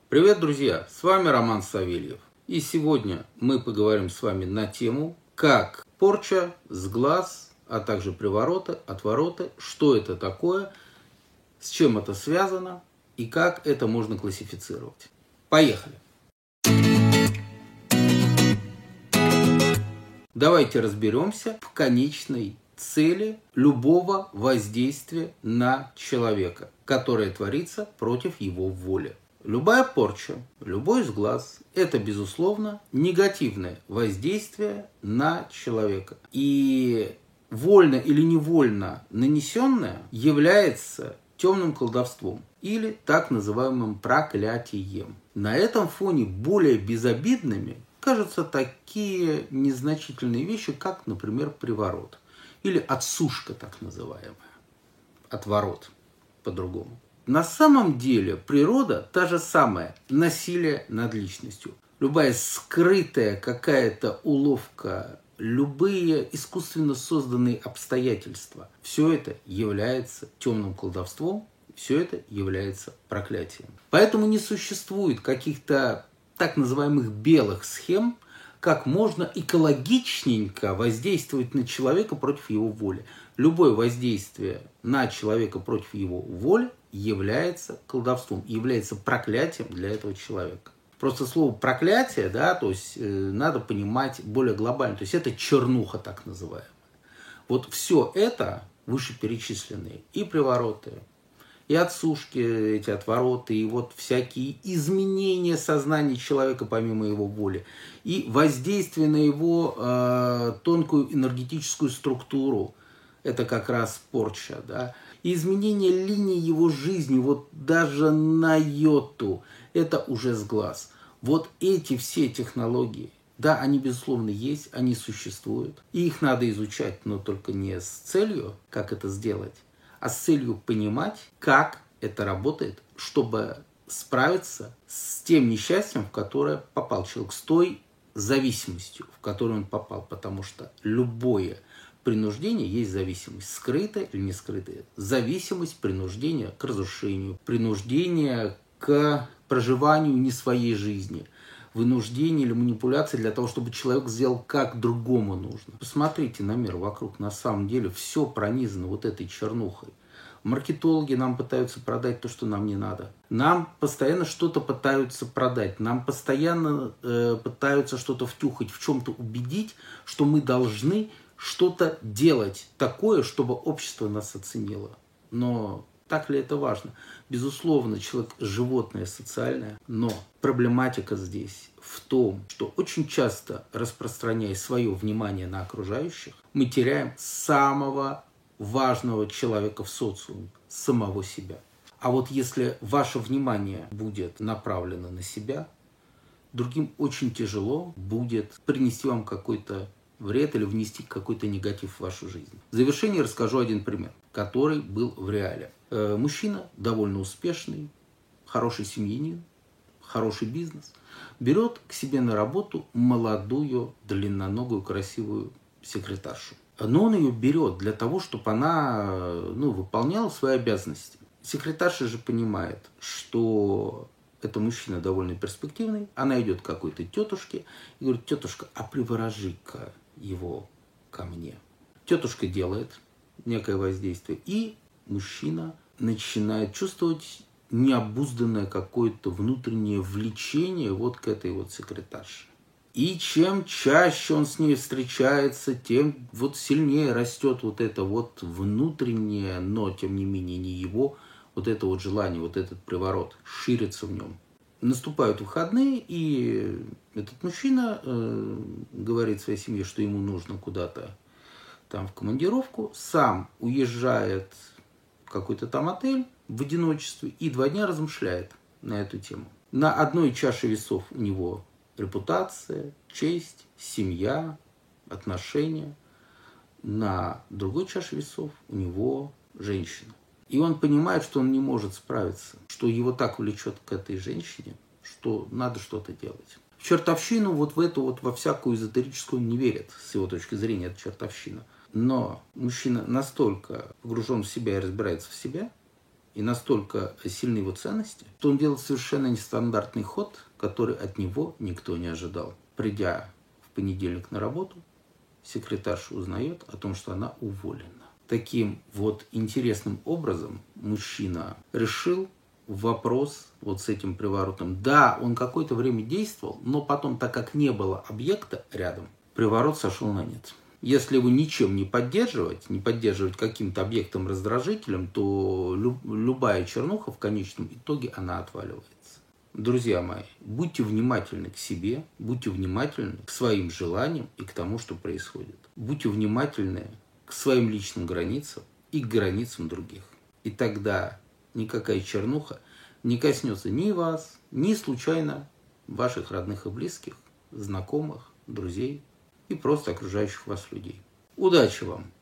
Привет, друзья! С вами Роман Савельев. И сегодня мы поговорим с вами на тему, как порча, сглаз, а также привороты, отвороты, что это такое, с чем это связано и как это можно классифицировать. Поехали! Давайте разберемся в конечной цели любого воздействия на человека, которое творится против его воли. Любая порча, любой сглаз – это, безусловно, негативное воздействие на человека. И вольно или невольно нанесенное является темным колдовством или так называемым проклятием. На этом фоне более безобидными кажутся такие незначительные вещи, как, например, приворот или отсушка так называемая, отворот по-другому. На самом деле природа та же самая, насилие над личностью. Любая скрытая какая-то уловка, любые искусственно созданные обстоятельства, все это является темным колдовством, все это является проклятием. Поэтому не существует каких-то так называемых белых схем, как можно экологичненько воздействовать на человека против его воли. Любое воздействие на человека против его воли является колдовством, является проклятием для этого человека. Просто слово проклятие, да, то есть надо понимать более глобально. То есть это чернуха так называемая. Вот все это вышеперечисленные и привороты, и отсушки, эти отвороты, и вот всякие изменения сознания человека помимо его воли, и воздействие на его тонкую энергетическую структуру, это как раз порча, да, и изменение линии его жизни, вот даже на йоту, это уже сглаз. Вот эти все технологии, да, они, безусловно, есть, они существуют, и их надо изучать, но только не с целью, как это сделать, а с целью понимать, как это работает, чтобы справиться с тем несчастьем, в которое попал человек, с той зависимостью, в которую он попал. Потому что любое принуждение есть зависимость, скрытая или не скрытая. Зависимость принуждения к разрушению, принуждение к проживанию не своей жизни, вынуждение или манипуляция для того, чтобы человек сделал как другому нужно. Посмотрите на мир вокруг, на самом деле все пронизано вот этой чернухой. Маркетологи нам пытаются продать то, что нам не надо. Нам постоянно что-то пытаются продать. Нам постоянно пытаются что-то втюхать, в чем-то убедить, что мы должны что-то делать такое, чтобы общество нас оценило. Но так ли это важно? Безусловно, человек – животное социальное, но проблематика здесь в том, что очень часто, распространяя свое внимание на окружающих, мы теряем самого важного человека в социуме – самого себя. А вот если ваше внимание будет направлено на себя, другим очень тяжело будет принести вам какой-то вред или внести какой-то негатив в вашу жизнь. В завершение расскажу один пример, который был в реале. Мужчина, довольно успешный, хороший семьянин, хороший бизнес, берет к себе на работу молодую, длинноногую, красивую секретаршу. Но он ее берет для того, чтобы она выполняла свои обязанности. Секретарша же понимает, что это мужчина довольно перспективный. Она идет к какой-то тетушке и говорит: тетушка, а приворожи-ка его ко мне. Тетушка делает некое воздействие, и мужчина начинает чувствовать необузданное какое-то внутреннее влечение вот к этой вот секретарше. И чем чаще он с ней встречается, тем вот сильнее растет вот это вот внутреннее, но тем не менее не его, вот это вот желание, вот этот приворот ширится в нем. Наступают выходные, и этот мужчина говорит своей семье, что ему нужно куда-то там в командировку, сам уезжает в какой-то там отель в одиночестве и 2 дня размышляет на эту тему. На одной чаше весов у него репутация, честь, семья, отношения. На другой чаше весов у него женщина. И он понимает, что он не может справиться, что его так влечет к этой женщине, что надо что-то делать. В чертовщину, вот в эту вот во всякую эзотерическую он не верит, с его точки зрения, это чертовщина. Но мужчина настолько погружен в себя и разбирается в себе, и настолько сильны его ценности, что он делает совершенно нестандартный ход, который от него никто не ожидал. Придя в понедельник на работу, секретарша узнает о том, что она уволена. Таким вот интересным образом мужчина решил вопрос вот с этим приворотом. Да, он какое-то время действовал, но потом, так как не было объекта рядом, приворот сошел на нет. Если его ничем не поддерживать каким-то объектом-раздражителем, то любая чернуха в конечном итоге она отваливается. Друзья мои, будьте внимательны к себе, будьте внимательны к своим желаниям и к тому, что происходит. Будьте внимательны к своим личным границам и к границам других. И тогда никакая чернуха не коснется ни вас, ни случайно ваших родных и близких, знакомых, друзей и просто окружающих вас людей. Удачи вам!